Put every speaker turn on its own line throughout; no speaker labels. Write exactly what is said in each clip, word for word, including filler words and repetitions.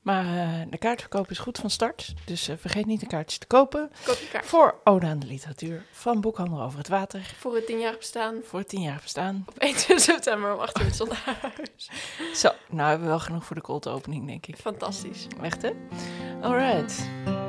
Maar uh, de kaartverkoop is goed van start. Dus uh, vergeet niet de kaartjes te kopen.
Koop je kaart.
Voor Ode aan de Literatuur van Boekhandel Over het Water.
Voor het tienjarig bestaan.
Voor het tienjarig bestaan.
Op eenentwintig september om acht uur zonder huis.
Zo, nou hebben we wel genoeg voor de cold opening, denk ik.
Fantastisch.
Echt, hè? Alright.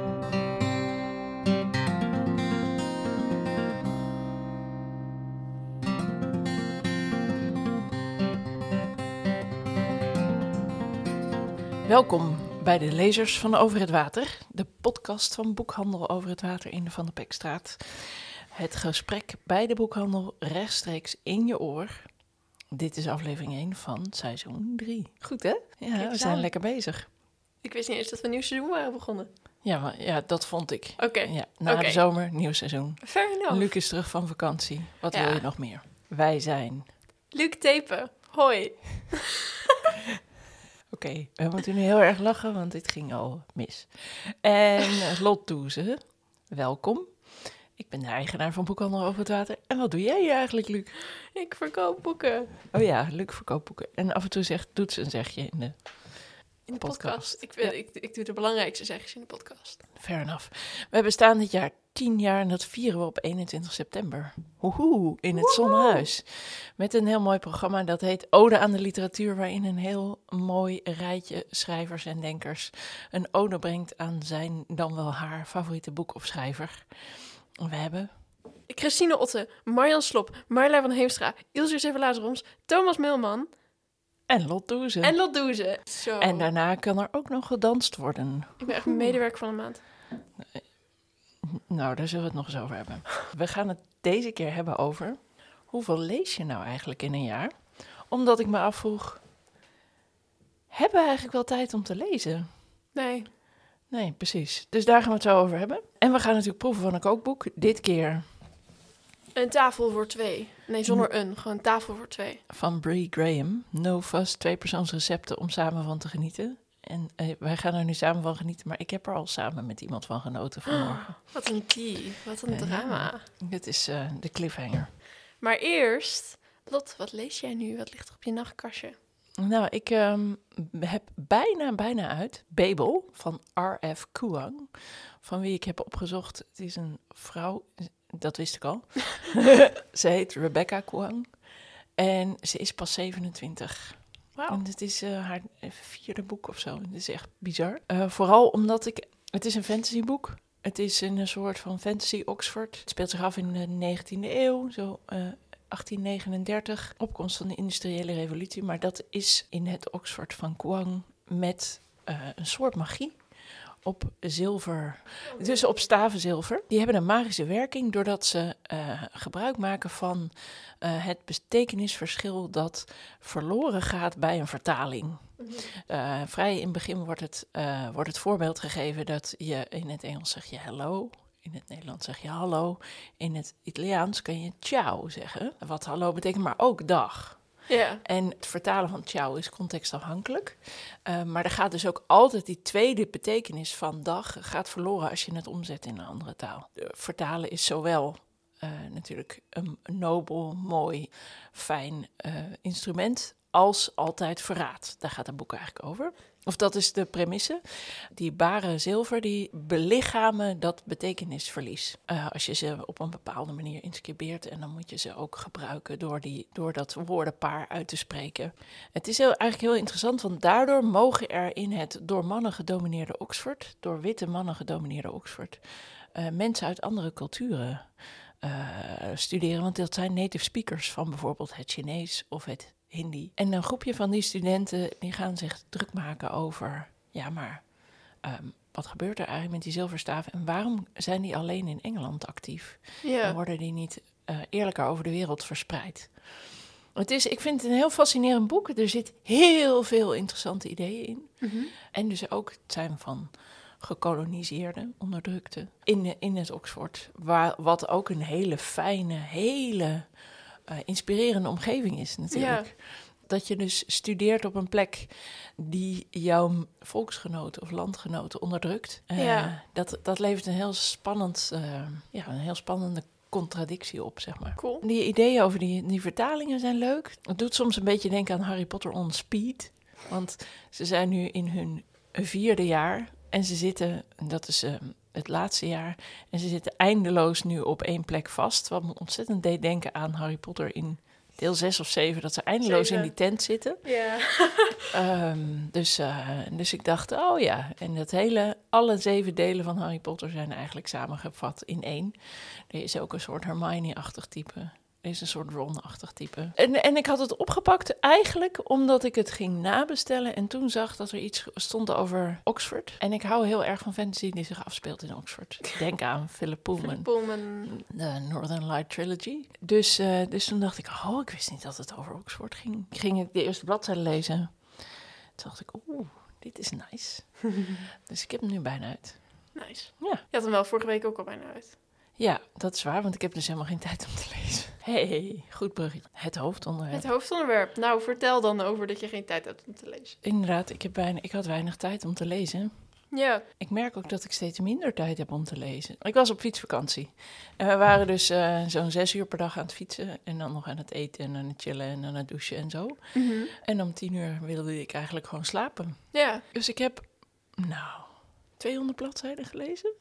Welkom bij de lezers van Over het Water, de podcast van Boekhandel Over het Water in de Van der Pekstraat. Het gesprek bij de boekhandel rechtstreeks in je oor. Dit is aflevering één van seizoen drie. Goed, hè? Ja,
Kijk
we zijn
aan.
lekker bezig.
Ik wist niet eens dat we een nieuw seizoen waren begonnen.
Ja, maar, ja dat vond ik.
Oké, okay.
Ja, na
okay.
de zomer, nieuw seizoen.
Fair enough.
Luc is terug van vakantie. Wat
Ja.
wil je nog meer? Wij zijn...
Luc Tepen, hoi.
Oké, okay, we moeten nu heel erg lachen, want dit ging al mis. En Lot Doeze, welkom. Ik ben de eigenaar van Boekhandel Over het Water. En wat doe jij hier eigenlijk, Luc?
Ik verkoop boeken.
Oh ja, Luc verkoopt boeken. En af en toe zegt, doet ze een zegje in de,
in de
podcast.
podcast. Ik, ja. ik, ik doe de belangrijkste zegjes in de podcast.
Fair enough. We bestaan dit jaar tien jaar en dat vieren we op eenentwintig september. Hoehoe, in het Zonnehuis. Met een heel mooi programma dat heet Ode aan de Literatuur, waarin een heel mooi rijtje schrijvers en denkers een ode brengt aan zijn dan wel haar favoriete boek of schrijver. We hebben...
Christine Otte, Marjan Slop, Marjolein van Heemstra, Ilse Sevelaas-Roms, Thomas Meulman.
En Lot Doeze.
En Lot Doeze. Zo.
En daarna kan er ook nog gedanst worden.
Ik ben echt medewerker van de maand.
Nou, daar zullen we het nog eens over hebben. We gaan het deze keer hebben over... hoeveel lees je nou eigenlijk in een jaar? Omdat ik me afvroeg... hebben we eigenlijk wel tijd om te lezen?
Nee.
Nee, precies. Dus daar gaan we het zo over hebben. En we gaan natuurlijk proeven van een kookboek. Dit keer...
Een tafel voor twee. Nee, zonder een. Gewoon tafel voor twee.
Van Brie Graham. No Fuss, tweepersoonsrecepten om samen van te genieten. En eh, wij gaan er nu samen van genieten, maar ik heb er al samen met iemand van genoten vanmorgen.
Oh, wat een tea, wat een
ja,
drama.
Dit is uh, de cliffhanger.
Maar eerst, Lot, wat lees jij nu? Wat ligt er op je nachtkastje?
Nou, ik um, heb bijna, bijna uit Babel van R F Kuang, van wie ik heb opgezocht. Het is een vrouw, dat wist ik al. Ze heet Rebecca Kuang en ze is pas zevenentwintig.
Wow.
En het is uh, haar vierde boek of zo. Het is echt bizar. Uh, vooral omdat ik... Het is een fantasyboek. Het is in een soort van fantasy Oxford. Het speelt zich af in de negentiende eeuw, zo uh, achttien negenendertig. Opkomst van de industriële revolutie. Maar dat is in het Oxford van Kuang met uh, een soort magie. Op zilver, dus op stavenzilver. Die hebben een magische werking doordat ze uh, gebruik maken van uh, het betekenisverschil dat verloren gaat bij een vertaling. Uh, vrij in het begin wordt het, uh, wordt het voorbeeld gegeven dat je in het Engels zeg je hello, in het Nederlands zeg je hallo, in het Italiaans kan je ciao zeggen, wat hallo betekent, maar ook dag.
Yeah.
En het vertalen van ciao is contextafhankelijk. Uh, maar er gaat dus ook altijd die tweede betekenis van dag gaat verloren als je het omzet in een andere taal. De vertalen is zowel uh, natuurlijk een nobel, mooi, fijn uh, instrument als altijd verraad. Daar gaat het boek eigenlijk over. Of dat is de premisse. Die baren zilver, die belichamen dat betekenisverlies. Uh, als je ze op een bepaalde manier inscribeert. En dan moet je ze ook gebruiken door, die, door dat woordenpaar uit te spreken. Het is heel, eigenlijk heel interessant, want daardoor mogen er in het door mannen gedomineerde Oxford, door witte mannen gedomineerde Oxford, uh, mensen uit andere culturen uh, studeren. Want dat zijn native speakers van bijvoorbeeld het Chinees of het Hindi. En een groepje van die studenten die gaan zich druk maken over, ja maar, um, wat gebeurt er eigenlijk met die zilverstaven en waarom zijn die alleen in Engeland actief?
Yeah.
En worden die niet uh, eerlijker over de wereld verspreid? Het is, ik vind het een heel fascinerend boek. Er zit heel veel interessante ideeën in.
Mm-hmm.
En dus ook het zijn van gekoloniseerden, onderdrukten in, in het Oxford. Waar, wat ook een hele fijne, hele uh, inspirerende omgeving is natuurlijk.
Ja.
Dat je dus studeert op een plek die jouw volksgenoten of landgenoten onderdrukt. Uh,
Ja.
dat, dat levert een heel spannend, uh, ja, een heel spannende contradictie op, zeg maar.
Cool.
Die ideeën over die, die vertalingen zijn leuk. Het doet soms een beetje denken aan Harry Potter on Speed. Want ze zijn nu in hun een vierde jaar en ze zitten, dat is uh, het laatste jaar, en ze zitten eindeloos nu op één plek vast. Wat me ontzettend deed denken aan Harry Potter in deel zes of zeven, dat ze eindeloos zeven. in die tent zitten.
Ja.
um, dus, uh, dus ik dacht, oh ja, en dat hele, alle zeven delen van Harry Potter zijn eigenlijk samengevat in één. Er is ook een soort Hermione-achtig type. Er is een soort Ron-achtig type. En, en ik had het opgepakt eigenlijk omdat ik het ging nabestellen en toen zag dat er iets stond over Oxford. En ik hou heel erg van fantasy die zich afspeelt in Oxford. Denk aan Philip Pullman.
Philip Pullman.
De Northern Light Trilogy. Dus, uh, dus toen dacht ik, oh, ik wist niet dat het over Oxford ging. Ik ging de eerste bladzijde lezen. Toen dacht ik, oeh, dit is nice. Dus ik heb hem nu bijna uit.
Nice.
Ja.
Je had hem wel vorige week ook al bijna uit.
Ja, dat is waar, want ik heb dus helemaal geen tijd om te lezen. Hey, goed bruggetje. Het hoofdonderwerp.
Het hoofdonderwerp. Nou, vertel dan over dat je geen tijd hebt om te lezen.
Inderdaad, ik, heb bijna, ik had weinig tijd om te lezen.
Ja.
Ik merk ook dat ik steeds minder tijd heb om te lezen. Ik was op fietsvakantie. En we waren dus uh, zo'n zes uur per dag aan het fietsen. En dan nog aan het eten en aan het chillen en aan het douchen en zo.
Mm-hmm.
En om tien uur wilde ik eigenlijk gewoon slapen.
Ja.
Dus ik heb, nou, tweehonderd bladzijden gelezen.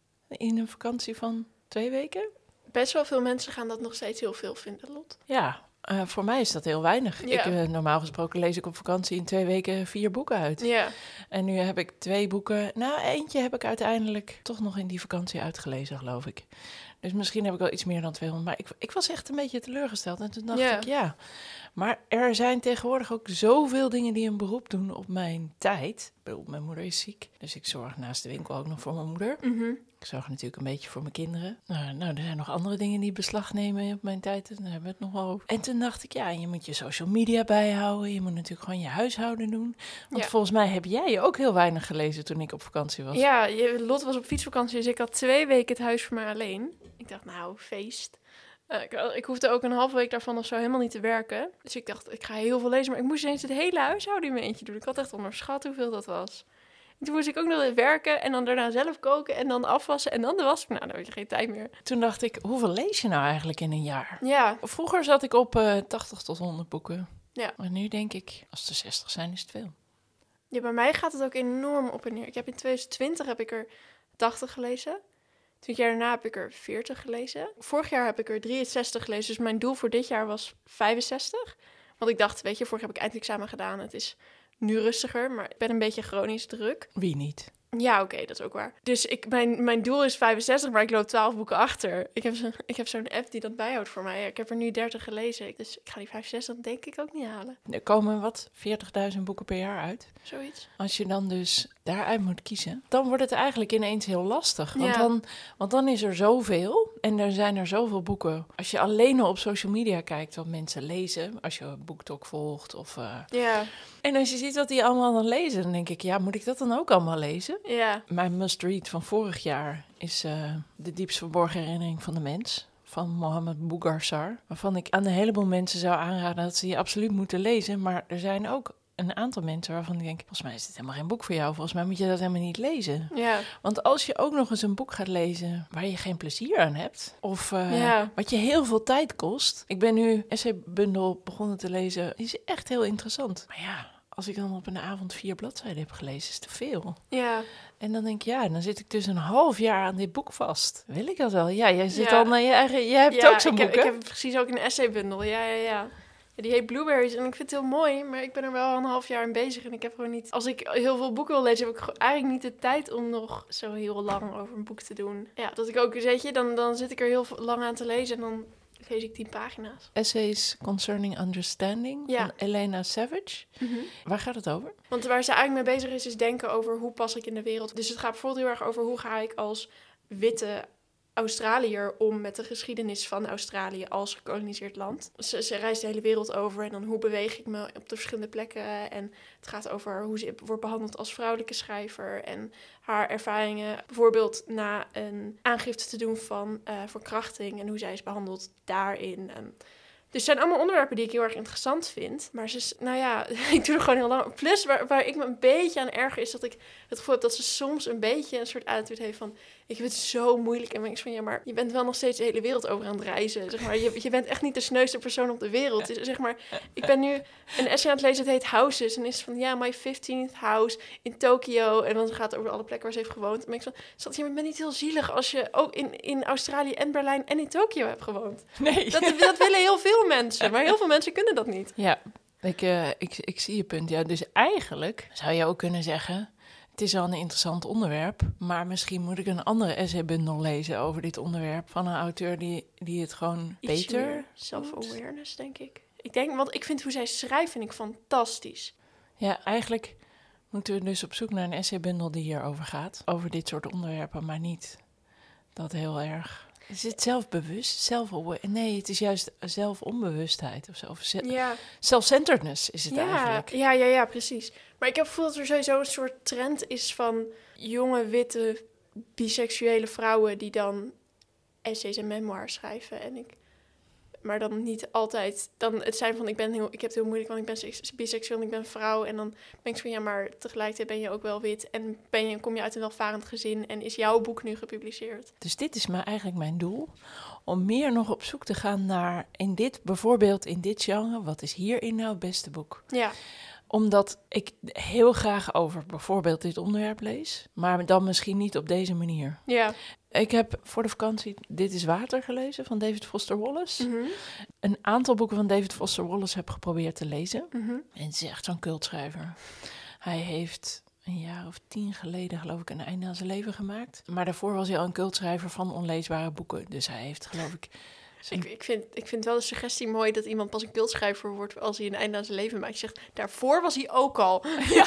In een vakantie van twee weken.
Best wel veel mensen gaan dat nog steeds heel veel vinden, Lot.
Ja, uh, voor mij is dat heel weinig.
Ja.
Ik, uh, normaal gesproken lees ik op vakantie in twee weken vier boeken uit.
Ja.
En nu heb ik twee boeken. Nou, eentje heb ik uiteindelijk toch nog in die vakantie uitgelezen, geloof ik. Dus misschien heb ik wel iets meer dan tweehonderd. Maar ik, ik was echt een beetje teleurgesteld. En toen dacht
Ja.
ik, ja. Maar er zijn tegenwoordig ook zoveel dingen die een beroep doen op mijn tijd. Ik bedoel, mijn moeder is ziek. Dus ik zorg naast de winkel ook nog voor mijn moeder.
Mm-hmm.
Ik zorg natuurlijk een beetje voor mijn kinderen. Nou, nou, er zijn nog andere dingen die beslag nemen op mijn tijd. Daar hebben we het nog wel over. En toen dacht ik, ja, je moet je social media bijhouden. Je moet natuurlijk gewoon je huishouden doen. Want
Ja.
volgens mij heb jij ook heel weinig gelezen toen ik op vakantie was.
Ja, je, Lot was op fietsvakantie, dus ik had twee weken het huis voor mij alleen. Ik dacht, nou, feest. Uh, ik, ik hoefde ook een halve week daarvan of zo helemaal niet te werken. Dus ik dacht, ik ga heel veel lezen. Maar ik moest ineens het hele huishouden in mijn eentje doen. Ik had echt onderschat hoeveel dat was. En toen moest ik ook nog eens werken en dan daarna zelf koken en dan afwassen en dan de was. Nou, dan heb je geen tijd meer.
Toen dacht ik, hoeveel lees je nou eigenlijk in een jaar?
Ja.
Vroeger zat ik op uh, tachtig tot honderd boeken.
Ja.
Maar nu denk ik, als er zestig zijn, is het veel.
Ja, bij mij gaat het ook enorm op en neer. Ik heb in twintig twintig heb ik er tachtig gelezen. Twee jaar daarna heb ik er veertig gelezen. Vorig jaar heb ik er drieënzestig gelezen. Dus mijn doel voor dit jaar was vijfenzestig. Want ik dacht, weet je, vorig jaar heb ik eindexamen gedaan. Het is nu rustiger, maar ik ben een beetje chronisch druk.
Wie niet?
Ja, oké, okay, dat is ook waar. Dus ik, mijn, mijn doel is vijfenzestig, maar ik loop twaalf boeken achter. Ik heb, zo, ik heb zo'n app die dat bijhoudt voor mij. Ik heb er nu dertig gelezen, dus ik ga die vijfenzestig denk ik ook niet halen.
Er komen wat, veertigduizend boeken per jaar uit.
Zoiets.
Als je dan dus daaruit moet kiezen, dan wordt het eigenlijk ineens heel lastig. Want,
Ja.
dan, want dan is er zoveel en er zijn er zoveel boeken. Als je alleen al op social media kijkt wat mensen lezen, als je BookTok volgt of... Uh...
Ja.
En als je ziet wat die allemaal dan lezen, dan denk ik, ja, moet ik dat dan ook allemaal lezen?
Ja.
Mijn must-read van vorig jaar is uh, De diepst verborgen herinnering van de mens, van Mohammed Bougarsar. Waarvan ik aan een heleboel mensen zou aanraden dat ze die absoluut moeten lezen. Maar er zijn ook een aantal mensen waarvan ik denk, volgens mij is dit helemaal geen boek voor jou. Volgens mij moet je dat helemaal niet lezen.
Ja.
Want als je ook nog eens een boek gaat lezen waar je geen plezier aan hebt, of uh,
Ja.
wat je heel veel tijd kost. Ik ben nu essaybundel begonnen te lezen. Die is echt heel interessant. Maar ja, als ik dan op een avond vier bladzijden heb gelezen, is te veel.
Ja.
En dan denk ik, ja, dan zit ik dus een half jaar aan dit boek vast. Wil ik dat wel? Ja, jij zit
Ja.
al naar je eigen... Jij hebt
ja,
ook zo'n
ik
boek,
heb,
hè?
ik heb precies ook een essaybundel. Ja, ja, ja. Ja, die heet Blueberries en ik vind het heel mooi, maar ik ben er wel al een half jaar in bezig en ik heb gewoon niet... Als ik heel veel boeken wil lezen, heb ik eigenlijk niet de tijd om nog zo heel lang over een boek te doen. Ja, dat ik ook, weet je, dan, dan zit ik er heel lang aan te lezen en dan lees ik tien pagina's.
Essays Concerning Understanding
Ja.
van Elena Savage.
Mm-hmm.
Waar gaat het over?
Want waar ze eigenlijk mee bezig is, is denken over hoe pas ik in de wereld. Dus het gaat bijvoorbeeld heel erg over hoe ga ik als witte Australiër om met de geschiedenis van Australië als gekoloniseerd land. Ze, ze reist de hele wereld over en dan hoe beweeg ik me op de verschillende plekken. En het gaat over hoe ze wordt behandeld als vrouwelijke schrijver en haar ervaringen. Bijvoorbeeld na een aangifte te doen van uh, verkrachting en hoe zij is behandeld daarin. En Dus het zijn allemaal onderwerpen die ik heel erg interessant vind. Maar ze is, nou ja, ik doe er gewoon heel lang. Plus, waar, waar ik me een beetje aan erger is dat ik het gevoel heb dat ze soms een beetje een soort attitude heeft van, ik vind het zo moeilijk. En dan denk ik van, ja, maar je bent wel nog steeds de hele wereld over aan het reizen. Zeg maar, je, je bent echt niet de sneuste persoon op de wereld. Dus, zeg maar, ik ben nu een essay aan het lezen, het heet Houses. En is van, ja, my fifteenth house in Tokio. En dan gaat het over alle plekken waar ze heeft gewoond. En dan denk ik van, schat, je bent niet heel zielig als je ook in, in Australië en Berlijn en in Tokio hebt gewoond.
Nee.
Dat, dat willen heel veel mensen, maar heel veel mensen kunnen dat niet.
Ja, ik, uh, ik, ik zie je punt. Ja, dus eigenlijk zou je ook kunnen zeggen, het is wel een interessant onderwerp, maar misschien moet ik een andere essaybundel lezen over dit onderwerp van een auteur die, die het gewoon
Iets
beter...
meer self-awareness, denk ik. Ik denk, want ik vind hoe zij schrijft, vind ik fantastisch.
Ja, eigenlijk moeten we dus op zoek naar een essaybundel die hierover gaat. Over dit soort onderwerpen, maar niet dat heel erg... Is het zelfbewust? Zelf nee, het is juist zelfonbewustheid of zo. Of ze-
Ja.
Self-centeredness is het
Ja,
eigenlijk.
ja, ja, ja, precies. Maar ik heb het gevoel dat er sowieso een soort trend is van jonge, witte, biseksuele vrouwen die dan essays en memoirs schrijven. En ik, maar dan niet altijd, dan het zijn van ik ben heel, ik heb het heel moeilijk, want ik ben seks- biseksueel en ik ben vrouw. En dan ben ik van ja, maar tegelijkertijd ben je ook wel wit en ben je, kom je uit een welvarend gezin en is jouw boek nu gepubliceerd.
Dus dit is maar eigenlijk mijn doel, om meer nog op zoek te gaan naar, in dit, bijvoorbeeld in dit genre, wat is hierin nou het beste boek?
Ja.
Omdat ik heel graag over bijvoorbeeld dit onderwerp lees, maar dan misschien niet op deze manier.
Ja.
Ik heb voor de vakantie Dit is Water gelezen van David Foster Wallace.
Mm-hmm.
Een aantal boeken van David Foster Wallace heb geprobeerd te lezen.
Mm-hmm.
En het is echt zo'n cultschrijver. Hij heeft een jaar of tien geleden, geloof ik, een einde aan zijn leven gemaakt. Maar daarvoor was hij al een cultschrijver van onleesbare boeken. Dus hij heeft, geloof ik... Zijn...
Ik, ik, vind, ik vind wel de suggestie mooi dat iemand pas een cultschrijver wordt als hij een einde aan zijn leven maakt. Je zegt, daarvoor was hij ook al.
Ja.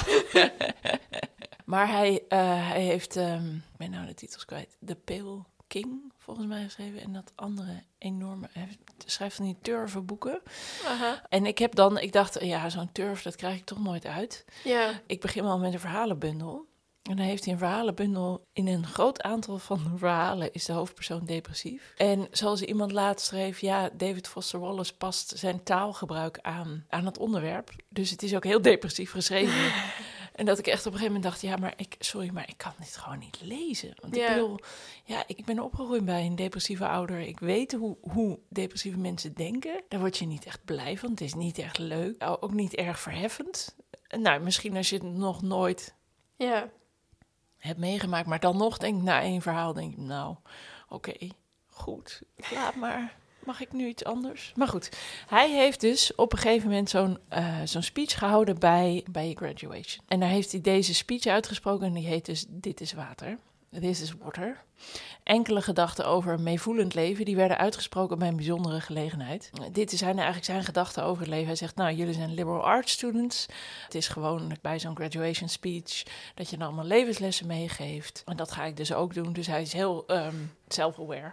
Maar hij, uh, hij heeft, um, ik ben nou de titels kwijt, The Pale King volgens mij geschreven. En dat andere enorme, hij schrijft van die turvenboeken.
Aha.
En ik heb dan, ik dacht, ja, zo'n turf, dat krijg ik toch nooit uit.
Ja.
Ik begin wel met een verhalenbundel. En dan heeft hij een verhalenbundel. In een groot aantal van de verhalen is de hoofdpersoon depressief. En zoals iemand laatst schreef, ja, David Foster Wallace past zijn taalgebruik aan, aan het onderwerp. Dus het is ook heel depressief geschreven. En dat ik echt op een gegeven moment dacht, ja, maar ik, sorry, maar ik kan dit gewoon niet lezen. Want
Ja.
ik bedoel, ja, ik ben opgegroeid bij een depressieve ouder. Ik weet hoe, hoe depressieve mensen denken. Daar word je niet echt blij van. Het is niet echt leuk. Ook niet erg verheffend. Nou, misschien als je het nog nooit
Ja.
hebt meegemaakt, maar dan nog denk ik na één verhaal, denk ik, nou, oké, okay, goed, laat maar. Mag ik nu iets anders? Maar goed, hij heeft dus op een gegeven moment zo'n, uh, zo'n speech gehouden bij, bij je graduation. En daar heeft hij deze speech uitgesproken en die heet dus Dit is Water. This is Water. Enkele gedachten over een meevoelend leven, die werden uitgesproken bij een bijzondere gelegenheid. Dit zijn eigenlijk zijn gedachten over het leven. Hij zegt, nou, jullie zijn liberal arts students. Het is gewoon bij zo'n graduation speech dat je dan allemaal levenslessen meegeeft. En dat ga ik dus ook doen. Dus hij is heel um, self-aware.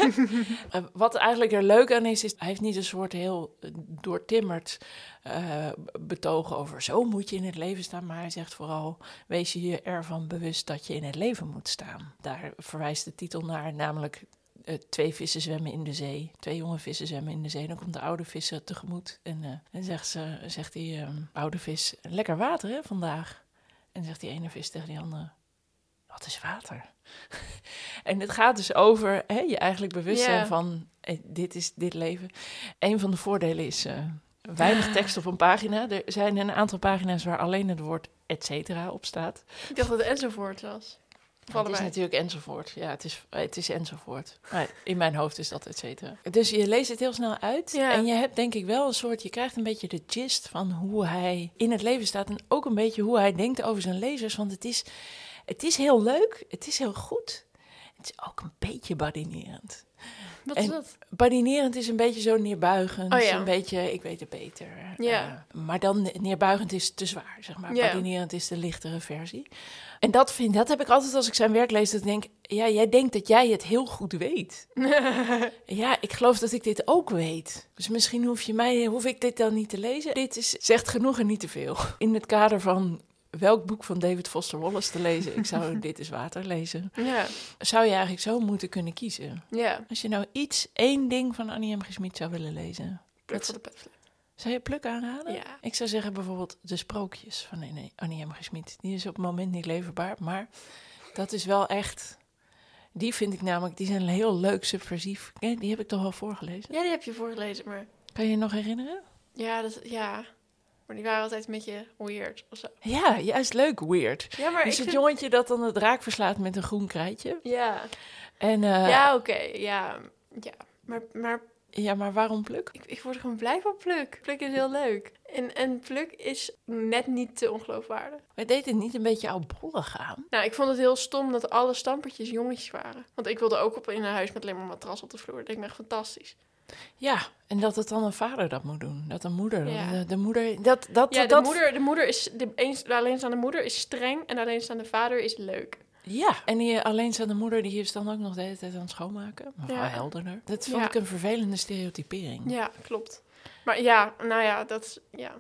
uh, wat eigenlijk er leuk aan is, is hij heeft niet een soort heel doortimmerd uh, betogen over zo moet je in het leven staan. Maar hij zegt vooral, wees je je ervan bewust dat je in het leven moet staan. Daar verwijst de titel naar, namelijk uh, twee vissen zwemmen in de zee. Twee jonge vissen zwemmen in de zee. Dan komt de oude vissen tegemoet. En uh, dan zegt, ze, zegt die uh, oude vis, lekker water hè, vandaag. En dan zegt die ene vis tegen die andere, wat is water? En het gaat dus over hè, je eigenlijk bewust zijn yeah. van, eh, dit is dit leven. Een van de voordelen is uh, weinig tekst op een pagina. Er zijn een aantal pagina's waar alleen het woord et cetera op staat.
Ik dacht dat het enzovoort was.
Het is natuurlijk enzovoort. Ja, het is, het is enzovoort. Maar in mijn hoofd is dat et cetera. Dus je leest het heel snel uit. Ja. En je hebt denk ik wel een soort... Je krijgt een beetje de gist van hoe hij in het leven staat. En ook een beetje hoe hij denkt over zijn lezers. Want het is, het is heel leuk. Het is heel goed. Het is ook een beetje badinerend.
Wat
en
is dat?
Badinerend is een beetje zo neerbuigend.
Oh, ja.
Een beetje, ik weet het beter.
Ja.
Uh, maar dan neerbuigend is te zwaar, zeg maar.
Ja.
Badinerend is de lichtere versie. En dat, vind, dat heb ik altijd als ik zijn werk lees. Dat ik denk, ja, jij denkt dat jij het heel goed weet. Ja, ik geloof dat ik dit ook weet. Dus misschien hoef, je mij, hoef ik dit dan niet te lezen. Dit is, zegt genoeg en niet te veel. In het kader van welk boek van David Foster Wallace te lezen. Ik zou Dit is Water lezen.
Ja.
Zou je eigenlijk zo moeten kunnen kiezen.
Ja.
Als je nou iets, één ding van Annie M. G. Schmid zou willen lezen.
Pluk
Wat-
van de Petfles.
Zou je Pluk aanraden?
Ja.
Ik zou zeggen bijvoorbeeld De Sprookjes van Annie M. G. Schmid. Die is op het moment niet leverbaar, maar dat is wel echt... Die vind ik namelijk, die zijn heel leuk, subversief. Ja, die heb ik toch wel voorgelezen.
Ja, die heb je voorgelezen, maar...
Kan je je nog herinneren?
Ja, dat, ja. Maar die waren altijd een beetje weird of zo.
Ja, juist leuk, weird.
Ja, maar
Is
ik
het
vind...
jongetje dat dan de draak verslaat met een groen krijtje?
Ja,
En, uh,
ja oké. Ja, ja. Maar, maar
ja, maar waarom Pluk?
ik, ik word gewoon blij van Pluk. Pluk is heel leuk. En, en Pluk is net niet te ongeloofwaardig.
Maar deed het niet een beetje oudbollig aan?
Nou, ik vond het heel stom dat alle stampertjes jongetjes waren. Want ik wilde ook op in een huis met alleen maar matras op de vloer. Dat leek me echt fantastisch.
Ja, en dat het dan een vader dat moet doen. Dat een moeder,
Ja.
de, de moeder... Dat, dat,
Ja, de
dat,
moeder, de moeder is... De, eens, de alleenstaande moeder is streng en de alleenstaande vader is leuk.
Ja, en die alleenstaande moeder die is dan ook nog de hele tijd aan het schoonmaken. Mevrouw
Ja.
Helderder. Dat vond
Ja.
ik een vervelende stereotypering.
Ja, klopt. Maar ja, nou ja, dat is... Ja.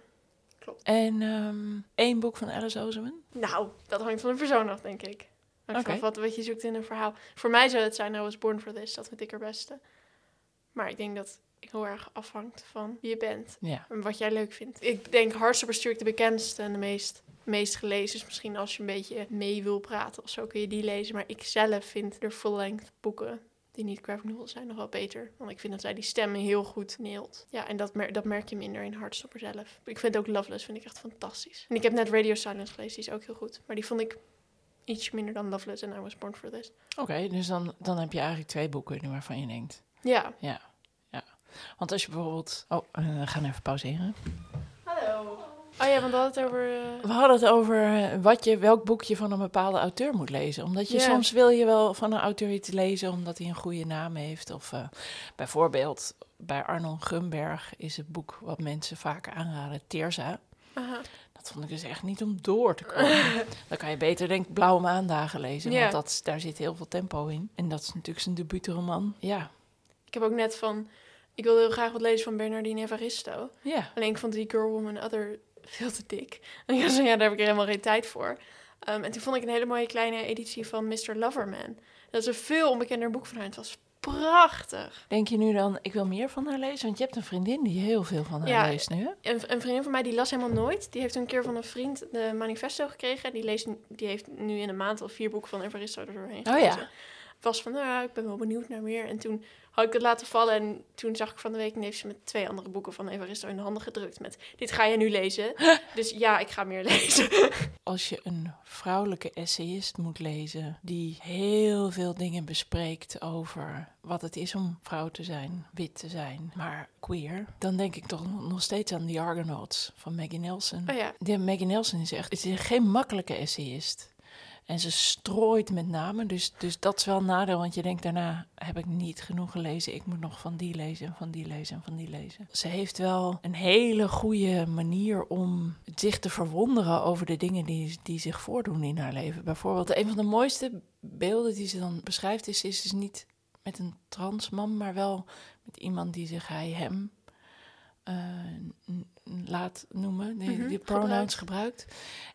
En ehm, één boek van Alice Oseman?
Nou, dat hangt van de persoon af, denk ik. Hangt
Oké.
van wat, wat je zoekt in een verhaal. Voor mij zou het zijn, I was born for this. Dat vind ik er beste. Maar ik denk dat het heel erg afhangt van wie je bent.
Ja.
En wat jij leuk vindt. Ik denk Heartstopper Stuart de bekendste en de meest, meest gelezen. Dus misschien als je een beetje mee wil praten of zo kun je die lezen. Maar ik zelf vind de full-length boeken die niet graphic novels zijn nog wel beter. Want ik vind dat zij die stemmen heel goed neelt. Ja, en dat, mer- dat merk je minder in Heartstopper zelf. Ik vind ook Loveless vind ik echt fantastisch. En ik heb net Radio Silence gelezen, die is ook heel goed. Maar die vond ik iets minder dan Loveless en I Was Born for This.
Oké, dus dan, dan heb je eigenlijk twee boeken waarvan je denkt...
Ja.
Ja, ja. Want als je bijvoorbeeld... Oh, uh, we gaan even pauzeren.
Hallo. Oh ja, want we hadden het over... Uh...
We hadden het over uh, wat je, welk boekje van een bepaalde auteur moet lezen. Omdat je
Ja.
soms wil je wel van een auteur iets lezen omdat hij een goede naam heeft. Of uh, bijvoorbeeld bij Arnon Grunberg is het boek wat mensen vaak aanraden, Teersa.
Aha.
Dat vond ik dus echt niet om door te komen. Dan kan je beter denk ik Blauwe Maandagen lezen.
Ja.
Want dat, daar zit heel veel tempo in. En dat is natuurlijk zijn debuutroman. Ja.
Ik heb ook net van... Ik wilde heel graag wat lezen van Bernardine Evaristo.
Ja.
Alleen ik vond die Girl, Woman, Other veel te dik. En ik zei, ja, daar heb ik helemaal geen tijd voor. Um, en toen vond ik een hele mooie kleine editie van mister Loverman. Dat is een veel onbekender boek van haar. Het was prachtig.
Denk je nu dan, ik wil meer van haar lezen? Want je hebt een vriendin die heel veel van haar
Ja.
leest nu, hè?
Een, een vriendin van mij, die las helemaal nooit. Die heeft een keer van een vriend de manifesto gekregen. En die, leest, die heeft nu in een maand al vier boeken van Evaristo er doorheen
Oh
gelezen.
ja.
Was van, nou ja, ik ben wel benieuwd naar meer. En toen had ik het laten vallen. En toen zag ik van de week, en heeft ze met twee andere boeken van Evaristo in de handen gedrukt. Met, dit ga je nu lezen. Dus ja, ik ga meer lezen.
Als je een vrouwelijke essayist moet lezen die heel veel dingen bespreekt over wat het is om vrouw te zijn, wit te zijn, maar queer, dan denk ik toch nog steeds aan The Argonauts van Maggie Nelson.
Oh ja.
Die Maggie Nelson is echt is geen makkelijke essayist. En ze strooit met name, dus, dus dat is wel een nadeel, want je denkt daarna heb ik niet genoeg gelezen. Ik moet nog van die lezen en van die lezen en van die lezen. Ze heeft wel een hele goede manier om zich te verwonderen over de dingen die, die zich voordoen in haar leven. Bijvoorbeeld, een van de mooiste beelden die ze dan beschrijft is, is dus niet met een transman, maar wel met iemand die zich hij, hem uh, n- laat noemen, die,
Mhm,
die pronouns gebruikt.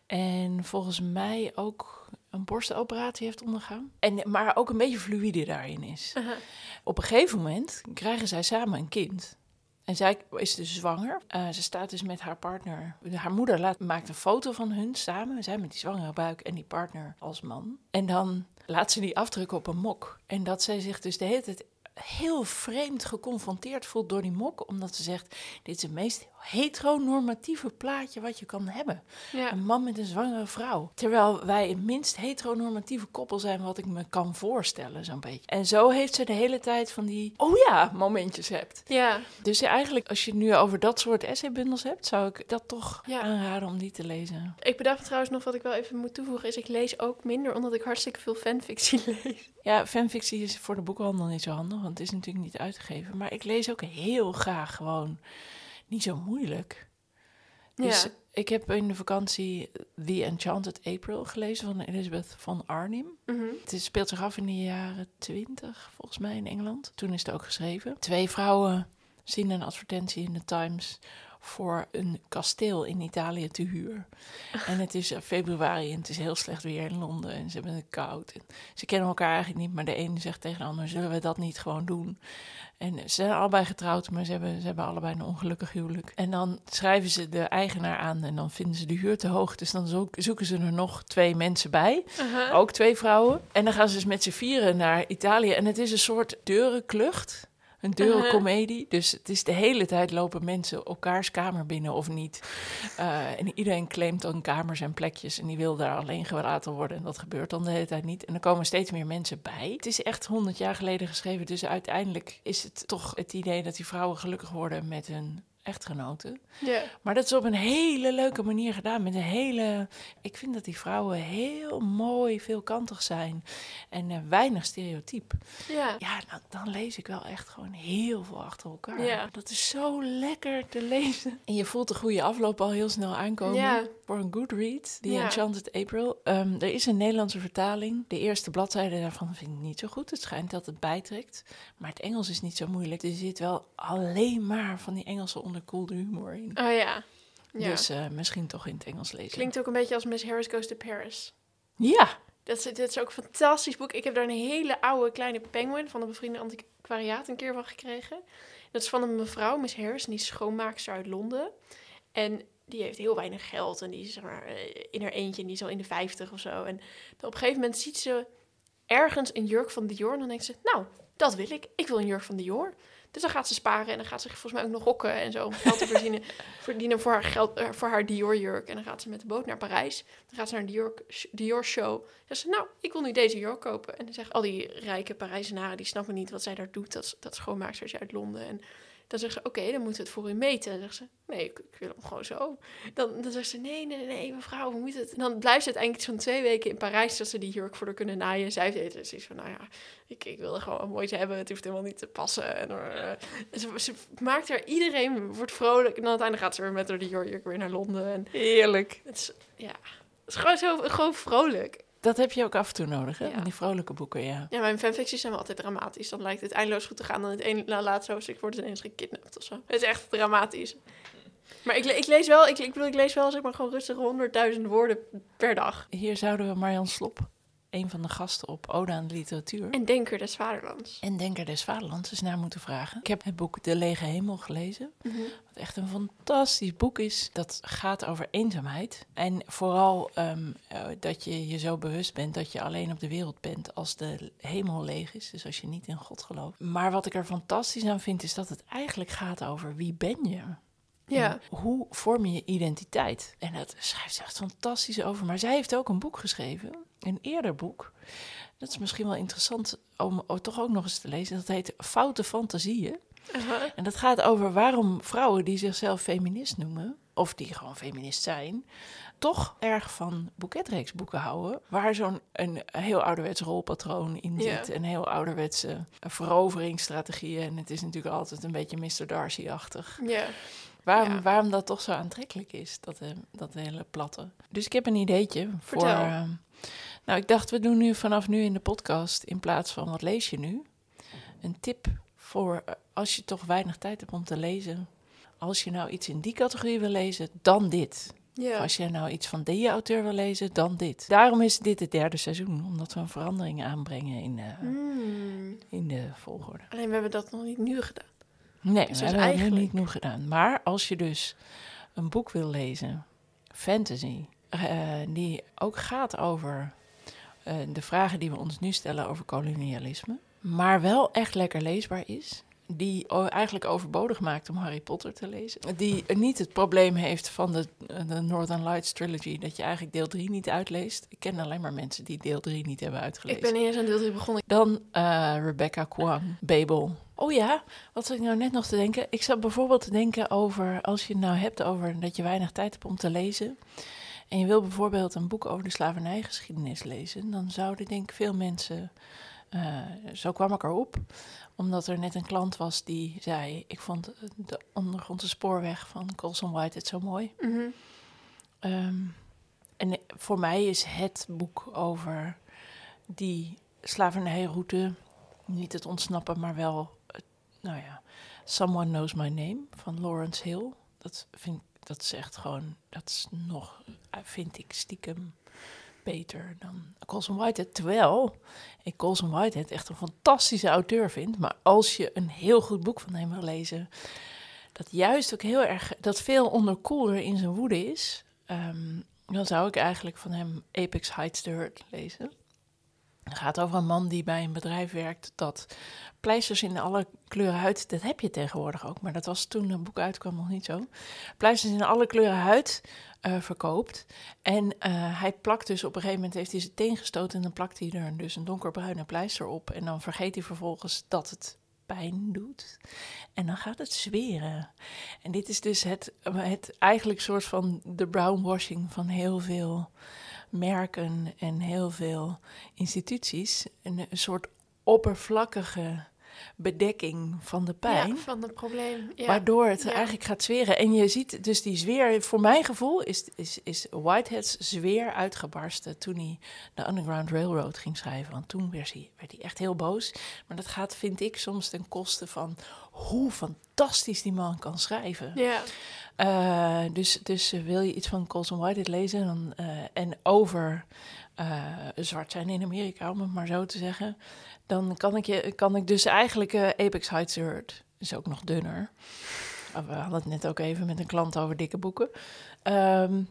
En volgens mij ook een borstoperatie heeft ondergaan. En, maar ook een beetje fluïde daarin is.
Aha.
Op een gegeven moment krijgen zij samen een kind. En zij is dus zwanger. Uh, ze staat dus met haar partner. Haar moeder laat, maakt een foto van hun samen. Zij met die zwangere buik en die partner als man. En dan laat ze die afdrukken op een mok. En dat zij zich dus de hele tijd heel vreemd geconfronteerd voelt door die mok. Omdat ze zegt, dit is het meest heteronormatieve plaatje wat je kan hebben.
Ja.
Een man met een zwangere vrouw. Terwijl wij het minst heteronormatieve koppel zijn wat ik me kan voorstellen, zo'n beetje. En zo heeft ze de hele tijd van die, oh ja, momentjes hebt.
Ja.
Dus eigenlijk, als je het nu over dat soort essaybundels hebt, zou ik dat toch
Ja.
aanraden om die te lezen.
Ik bedacht trouwens nog wat ik wel even moet toevoegen, is ik lees ook minder, omdat ik hartstikke veel fanfictie lees.
Ja, fanfictie is voor de boekhandel niet zo handig, want het is natuurlijk niet uitgegeven. Maar ik lees ook heel graag gewoon niet zo moeilijk. Dus
Ja.
ik heb in de vakantie The Enchanted April gelezen van Elizabeth van Arnim.
Mhm.
Het speelt zich af in de jaren twintig, volgens mij, in Engeland. Toen is het ook geschreven. Twee vrouwen zien een advertentie in de Times voor een kasteel in Italië te huur. En het is februari en het is heel slecht weer in Londen en ze hebben het koud. En ze kennen elkaar eigenlijk niet, maar de ene zegt tegen de ander, zullen we dat niet gewoon doen? En ze zijn allebei getrouwd, maar ze hebben, ze hebben allebei een ongelukkig huwelijk. En dan schrijven ze de eigenaar aan en dan vinden ze de huur te hoog. Dus dan zo- zoeken ze er nog twee mensen bij,
Uh-huh.
ook twee vrouwen. En dan gaan ze dus met z'n vieren naar Italië. En het is een soort deurenklucht. Een deurencomedie. Dus het is de hele tijd lopen mensen elkaars kamer binnen of niet. Uh, en iedereen claimt dan kamers en plekjes. En die wil daar alleen gelaten worden. En dat gebeurt dan de hele tijd niet. En er komen steeds meer mensen bij. Het is echt honderd jaar geleden geschreven. Dus uiteindelijk is het toch het idee dat die vrouwen gelukkig worden met hun echtgenoten.
Ja.
Maar dat is op een hele leuke manier gedaan. Met een hele... Ik vind dat die vrouwen heel mooi, veelkantig zijn. En uh, weinig stereotyp.
Ja.
Ja, nou, dan lees ik wel echt gewoon heel veel achter elkaar.
Ja.
Dat is zo lekker te lezen. En je voelt de goede afloop al heel snel aankomen.
Ja.
Voor een good read. The
Ja.
Enchanted April. Um, er is een Nederlandse vertaling. De eerste bladzijde daarvan vind ik niet zo goed. Het schijnt dat het bijtrekt. Maar het Engels is niet zo moeilijk. Er zit wel alleen maar van die Engelse onderkoelde humor in.
Oh ja. Ja.
Dus uh, misschien toch in het Engels lezen.
Klinkt ook een beetje als Miss Harris Goes to Paris.
Ja.
Dat is, dat is ook een fantastisch boek. Ik heb daar een hele oude kleine penguin van een bevriende antiquariaat een keer van gekregen. Dat is van een mevrouw, Miss Harris, en die is schoonmaakster uit Londen. En die heeft heel weinig geld en die is zeg maar, in haar eentje en die is al in de vijftig of zo. En op een gegeven moment ziet ze ergens een jurk van Dior en dan denkt ze, nou, dat wil ik. Ik wil een jurk van Dior. Dus dan gaat ze sparen en dan gaat ze volgens mij ook nog gokken en zo om geld te verdienen, verdienen voor haar geld, uh, voor haar Dior-jurk. En dan gaat ze met de boot naar Parijs. Dan gaat ze naar een Dior, Dior-show. Dan zegt ze, nou, ik wil nu deze jurk kopen. En dan zeggen al die rijke Parijzenaren, die snappen niet wat zij daar doet. Dat, dat schoonmaakster uit Londen. En dan zegt ze, oké, okay, dan moeten we het voor u meten. En dan zegt ze, nee, ik, ik wil hem gewoon zo. Dan, dan zegt ze, nee, nee, nee, mevrouw, we moeten het. En dan blijft ze uiteindelijk zo'n twee weken in Parijs dat ze die jurk voor haar kunnen naaien. Zij heeft dus iets van, nou ja, ik, ik wil er gewoon wat moois hebben. Het hoeft helemaal niet te passen. En, uh, en ze, ze maakt er, iedereen wordt vrolijk. En dan uiteindelijk gaat ze weer met haar die jurk weer naar Londen. En
heerlijk.
Het is, ja, het is gewoon zo gewoon vrolijk.
Dat heb je ook af en toe nodig, hè?
Ja.
Die vrolijke boeken, ja.
Ja, mijn fanficties zijn wel altijd dramatisch. Dan lijkt het eindeloos goed te gaan. Dan het ene na laatste hoofdstuk wordt het ineens gekidnapt of zo. Het is echt dramatisch. Maar ik, ik lees wel, ik, ik, bedoel, ik lees wel zeg maar gewoon rustig honderdduizend woorden per dag.
Hier zouden we Marjan Slop, een van de gasten op Ode aan de Literatuur.
En Denker des Vaderlands.
En Denker des Vaderlands eens naar moeten vragen. Ik heb het boek De Lege Hemel gelezen.
Mm-hmm.
Wat echt een fantastisch boek is. Dat gaat over eenzaamheid. En vooral um, uh, dat je je zo bewust bent dat je alleen op de wereld bent als de hemel leeg is. Dus als je niet in God gelooft. Maar wat ik er fantastisch aan vind is dat het eigenlijk gaat over wie ben je?
Ja.
En hoe vorm je je identiteit? En dat schrijft ze echt fantastisch over. Maar zij heeft ook een boek geschreven. Een eerder boek. Dat is misschien wel interessant om toch ook nog eens te lezen. Dat heet Foute Fantasieën.
Uh-huh.
En dat gaat over waarom vrouwen die zichzelf feminist noemen, of die gewoon feminist zijn, toch erg van boeketreeksboeken houden, waar zo'n een heel ouderwets rolpatroon in zit.
Ja.
Een heel ouderwetse veroveringsstrategieën. En het is natuurlijk altijd een beetje mister Darcy-achtig.
Ja.
Waarom,
Ja.
waarom dat toch zo aantrekkelijk is, dat, uh, dat hele platte. Dus ik heb een ideetje voor...
Vertel.
Uh, nou, ik dacht, we doen nu vanaf nu in de podcast, in plaats van wat lees je nu, een tip voor uh, als je toch weinig tijd hebt om te lezen. Als je nou iets in die categorie wil lezen, dan dit.
Ja.
Als je nou iets van die auteur wil lezen, dan dit. Daarom is dit het derde seizoen, omdat we een verandering aanbrengen in, uh,
Mm.
in de volgorde.
Alleen we hebben dat nog niet nu gedaan.
Nee,
Dus
we
dat is
hebben het nu
eigenlijk-
niet genoeg gedaan. Maar als je dus een boek wil lezen, fantasy, uh, die ook gaat over uh, de vragen die we ons nu stellen over kolonialisme, maar wel echt lekker leesbaar is, die o- eigenlijk overbodig maakt om Harry Potter te lezen, die niet het probleem heeft van de, de Northern Lights trilogy, dat je eigenlijk deel drie niet uitleest. Ik ken alleen maar mensen die deel drie niet hebben uitgelezen.
Ik ben niet eens aan deel drie begonnen.
Dan uh, Rebecca Kwong, Babel. Oh ja, wat zat ik nou net nog te denken? Ik zat bijvoorbeeld te denken over, als je het nou hebt over dat je weinig tijd hebt om te lezen, en je wil bijvoorbeeld een boek over de slavernijgeschiedenis lezen, dan zouden denk ik veel mensen, uh, zo kwam ik erop, omdat er net een klant was die zei, ik vond de ondergrondse spoorweg van Colson White het zo mooi.
Mm-hmm.
Um, en voor mij is het boek over die slavernijroute, niet het ontsnappen, maar wel, uh, nou ja, Someone Knows My Name van Lawrence Hill. dat vind dat is echt gewoon, dat is nog, vind ik stiekem beter dan Colson Whitehead. Terwijl ik Colson Whitehead echt een fantastische auteur vind. Maar als je een heel goed boek van hem wil lezen, dat juist ook heel erg, dat veel onderkoelder in zijn woede is, um, dan zou ik eigenlijk van hem Apex Hides the Hurt lezen. Het gaat over een man die bij een bedrijf werkt dat pleisters in alle kleuren huid, dat heb je tegenwoordig ook, maar dat was toen een boek uitkwam nog niet zo. Pleisters in alle kleuren huid uh, verkoopt. En uh, hij plakt dus op een gegeven moment, heeft hij zijn teen gestoten en dan plakt hij er dus een donkerbruine pleister op. En dan vergeet hij vervolgens dat het pijn doet. En dan gaat het zweren. En dit is dus het, het eigenlijk soort van de brownwashing van heel veel merken en heel veel instituties. Een, een soort oppervlakkige bedekking van de pijn.
Ja, van het probleem. Ja.
Waardoor het
ja.
eigenlijk gaat zweren. En je ziet dus die zweer, voor mijn gevoel is, is, is Whitehead's zweer uitgebarsten toen hij de Underground Railroad ging schrijven. Want toen werd hij, werd hij echt heel boos. Maar dat gaat, vind ik, soms ten koste van hoe fantastisch die man kan schrijven.
Ja.
Uh, dus dus uh, wil je iets van Colson Whitehead lezen dan, uh, en over uh, zwart zijn in Amerika, om het maar zo te zeggen, dan kan ik, je, kan ik dus eigenlijk uh, Apex Hides the Hurt, is ook nog dunner. Uh, we hadden het net ook even met een klant over dikke boeken. Um,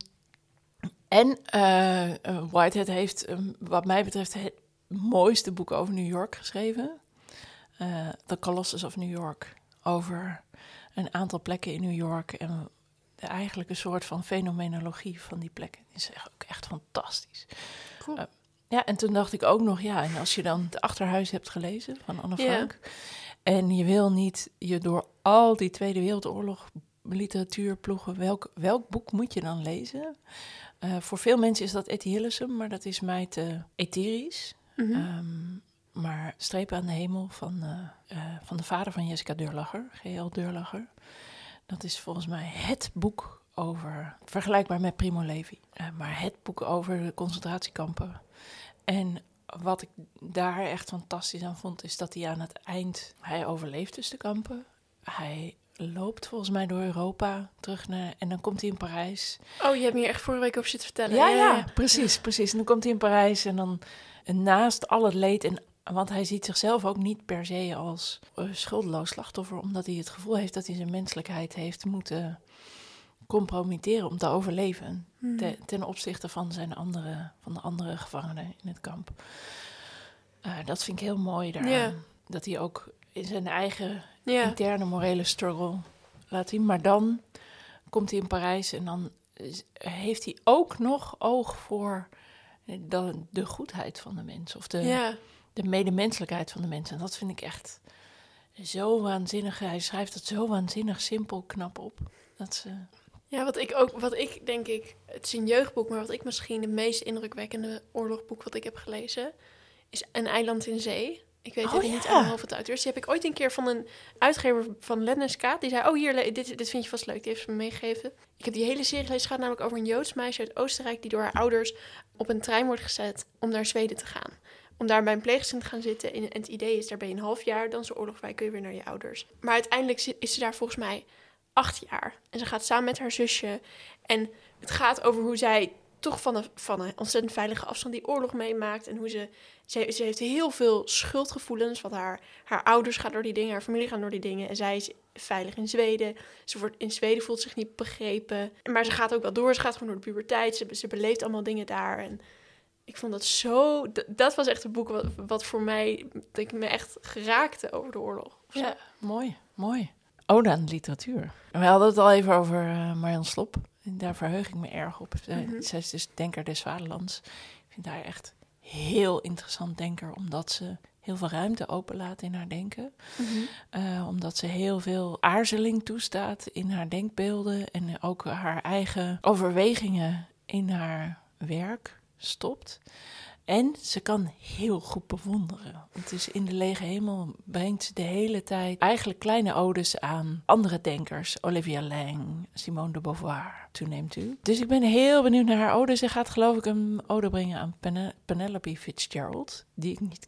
en uh, uh, Whitehead heeft, um, wat mij betreft, het mooiste boek over New York geschreven. Uh, The Colossus of New York, over een aantal plekken in New York en eigenlijk een soort van fenomenologie van die plekken. Die is echt, ook echt fantastisch.
Cool. Uh,
ja, en toen dacht ik ook nog, ja, en als je dan Het Achterhuis hebt gelezen van Anne Frank, yeah. en je wil niet je door al die Tweede Wereldoorlog literatuur ploegen, welk, welk boek moet je dan lezen? Uh, voor veel mensen is dat Etty Hillesum, maar dat is mij te etherisch. Mm-hmm. Um, maar Strepen aan de Hemel van, uh, uh, van de vader van Jessica Deurlacher, G L Deurlacher. Dat is volgens mij het boek over, vergelijkbaar met Primo Levi, uh, maar het boek over de concentratiekampen. En wat ik daar echt fantastisch aan vond, is dat hij aan het eind, hij overleeft dus de kampen. Hij loopt volgens mij door Europa terug naar, en dan komt hij in Parijs.
Oh, je hebt me hier echt vorige week over zitten vertellen.
Ja, ja, ja, precies, precies. En dan komt hij in Parijs en dan en naast al het leed, en, want hij ziet zichzelf ook niet per se als uh, schuldeloos slachtoffer, omdat hij het gevoel heeft dat hij zijn menselijkheid heeft moeten compromitteren om te overleven. Hmm. Te, ten opzichte van, zijn andere, van de andere gevangenen in het kamp. Uh, dat vind ik heel mooi daar. Yeah. Dat hij ook in zijn eigen yeah. interne morele struggle laat zien. Maar dan komt hij in Parijs en dan heeft hij ook nog oog voor de, de goedheid van de mens. Of de, yeah. de medemenselijkheid van de mens. En dat vind ik echt zo waanzinnig. Hij schrijft het zo waanzinnig simpel, knap op. Dat ze...
Ja, wat ik ook, wat ik denk ik, het is een jeugdboek, maar wat ik misschien het meest indrukwekkende oorlogboek wat ik heb gelezen, is Een eiland in zee. Ik weet oh, ja. niet aan mijn hoofd wat de auteur is. Die heb ik ooit een keer van een uitgever van Lenneska. Die zei, oh hier, dit, dit vind je vast leuk. Die heeft ze me meegegeven. Ik heb die hele serie gelezen. Het gaat namelijk over een Joods meisje uit Oostenrijk die door haar ouders op een trein wordt gezet om naar Zweden te gaan. Om daar bij een pleeggezin te gaan zitten. En het idee is, daar ben je een half jaar, dan is de oorlog voorbij, kun je weer naar je ouders. Maar uiteindelijk is ze daar volgens mij acht jaar. En ze gaat samen met haar zusje. En het gaat over hoe zij toch van een, van een ontzettend veilige afstand die oorlog meemaakt. En hoe ze, ze... Ze heeft heel veel schuldgevoelens. Want haar, haar ouders gaan door die dingen. Haar familie gaan door die dingen. En zij is veilig in Zweden. Ze wordt in Zweden voelt zich niet begrepen. Maar ze gaat ook wel door. Ze gaat gewoon door de puberteit. Ze, ze beleeft allemaal dingen daar. En ik vond dat zo... D- dat was echt een boek wat, wat voor mij... dat ik me echt geraakte over de oorlog.
Ja, mooi. Mooi. Ode aan de literatuur. We hadden het al even over uh, Marianne Slob. En daar verheug ik me erg op. Mm-hmm. Zij is dus denker des vaderlands. Ik vind haar echt heel interessant denker, omdat ze heel veel ruimte openlaat in haar denken. Mm-hmm. Uh, omdat ze heel veel aarzeling toestaat in haar denkbeelden en ook haar eigen overwegingen in haar werk stopt. En ze kan heel goed bewonderen. Dus in De Lege Hemel brengt ze de hele tijd eigenlijk kleine odes aan andere denkers. Olivia Lang, Simone de Beauvoir, to name two. Dus ik ben heel benieuwd naar haar ode. Ze gaat geloof ik een ode brengen aan Pen- Penelope Fitzgerald, die ik niet ken.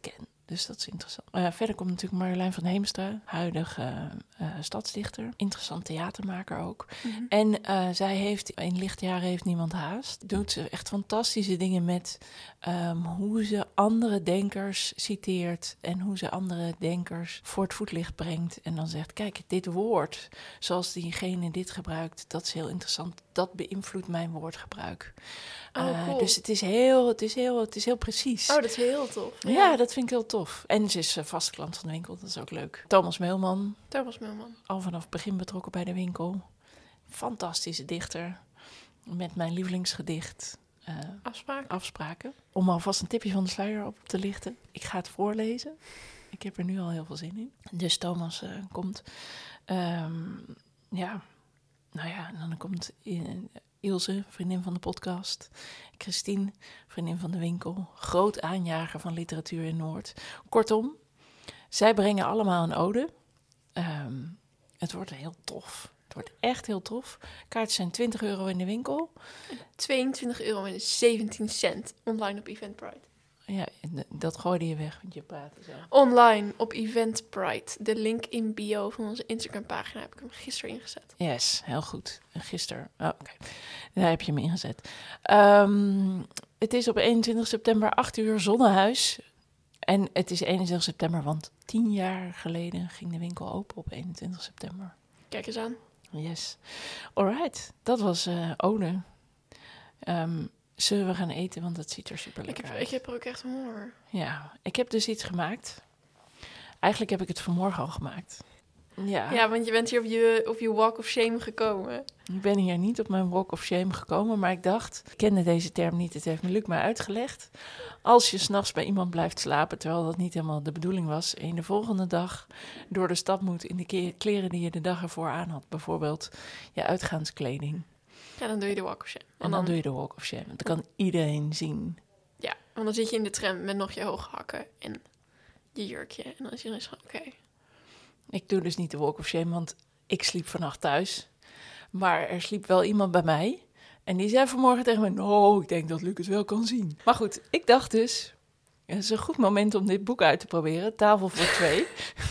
Dus dat is interessant. Uh, verder komt natuurlijk Marjolein van Heemstra, huidige uh, uh, stadsdichter. Interessant theatermaker ook. Mm-hmm. En uh, zij heeft, in lichtjaren heeft niemand haast. Doet ze echt fantastische dingen met um, hoe ze andere denkers citeert. En hoe ze andere denkers voor het voetlicht brengt. En dan zegt, kijk, dit woord, zoals diegene dit gebruikt, dat is heel interessant. Dat beïnvloedt mijn woordgebruik.
Oh, cool.
Uh, dus het is, heel, het, is heel, het is heel precies.
Oh, dat is heel tof.
Ja, ja dat vind ik heel tof. En ze is uh, vaste klant van de winkel, dat is ook leuk. Thomas Meulman.
Thomas Meulman.
Al vanaf het begin betrokken bij de winkel. Fantastische dichter. Met mijn lievelingsgedicht. Uh,
Afspraken.
Afspraken. Om alvast een tipje van de sluier op te lichten. Ik ga het voorlezen. Ik heb er nu al heel veel zin in. Dus Thomas uh, komt. Um, ja, nou ja, en dan komt in, Ilse, vriendin van de podcast. Christine, vriendin van de winkel. Groot aanjager van literatuur in Noord. Kortom, zij brengen allemaal een ode. Um, het wordt heel tof. Het wordt echt heel tof. Kaarten zijn twintig euro in de winkel.
tweeëntwintig euro en zeventien cent online op Eventbrite.
Ja, dat gooide je weg, want je praat zo.
Online op Eventbrite. De link in bio van onze Instagram-pagina heb ik hem gisteren ingezet.
Yes, heel goed. Gisteren. Oh, oké. Okay. Daar heb je hem ingezet. Um, het is op eenentwintig september, acht uur, Zonnehuis. En het is eenentwintig september, want tien jaar geleden ging de winkel open op eenentwintig september.
Kijk eens aan.
Yes. Alright, dat was uh, Ode. Um, Zullen we gaan eten, want het ziet er super lekker
ik heb,
uit.
Ik heb er ook echt honger.
Ja, ik heb dus iets gemaakt. Eigenlijk heb ik het vanmorgen al gemaakt. Ja,
ja want je bent hier op je, op je walk of shame gekomen.
Ik ben hier niet op mijn walk of shame gekomen, maar ik dacht... Ik kende deze term niet, het heeft me Luc maar uitgelegd. Als je 's nachts bij iemand blijft slapen, terwijl dat niet helemaal de bedoeling was... en je de volgende dag door de stad moet in de kleren die je de dag ervoor aan had. Bijvoorbeeld je uitgaanskleding.
Ja, dan doe je de walk of shame.
En dan, dan doe je de walk of shame. Dat kan iedereen zien.
Ja, want dan zit je in de tram met nog je hoge hakken en je jurkje. En dan is iedereen van, oké. Okay.
Ik doe dus niet de walk of shame, want ik sliep vannacht thuis. Maar er sliep wel iemand bij mij. En die zei vanmorgen tegen me, nou, ik denk dat Luc het wel kan zien. Maar goed, ik dacht dus, het is een goed moment om dit boek uit te proberen. Tafel voor twee.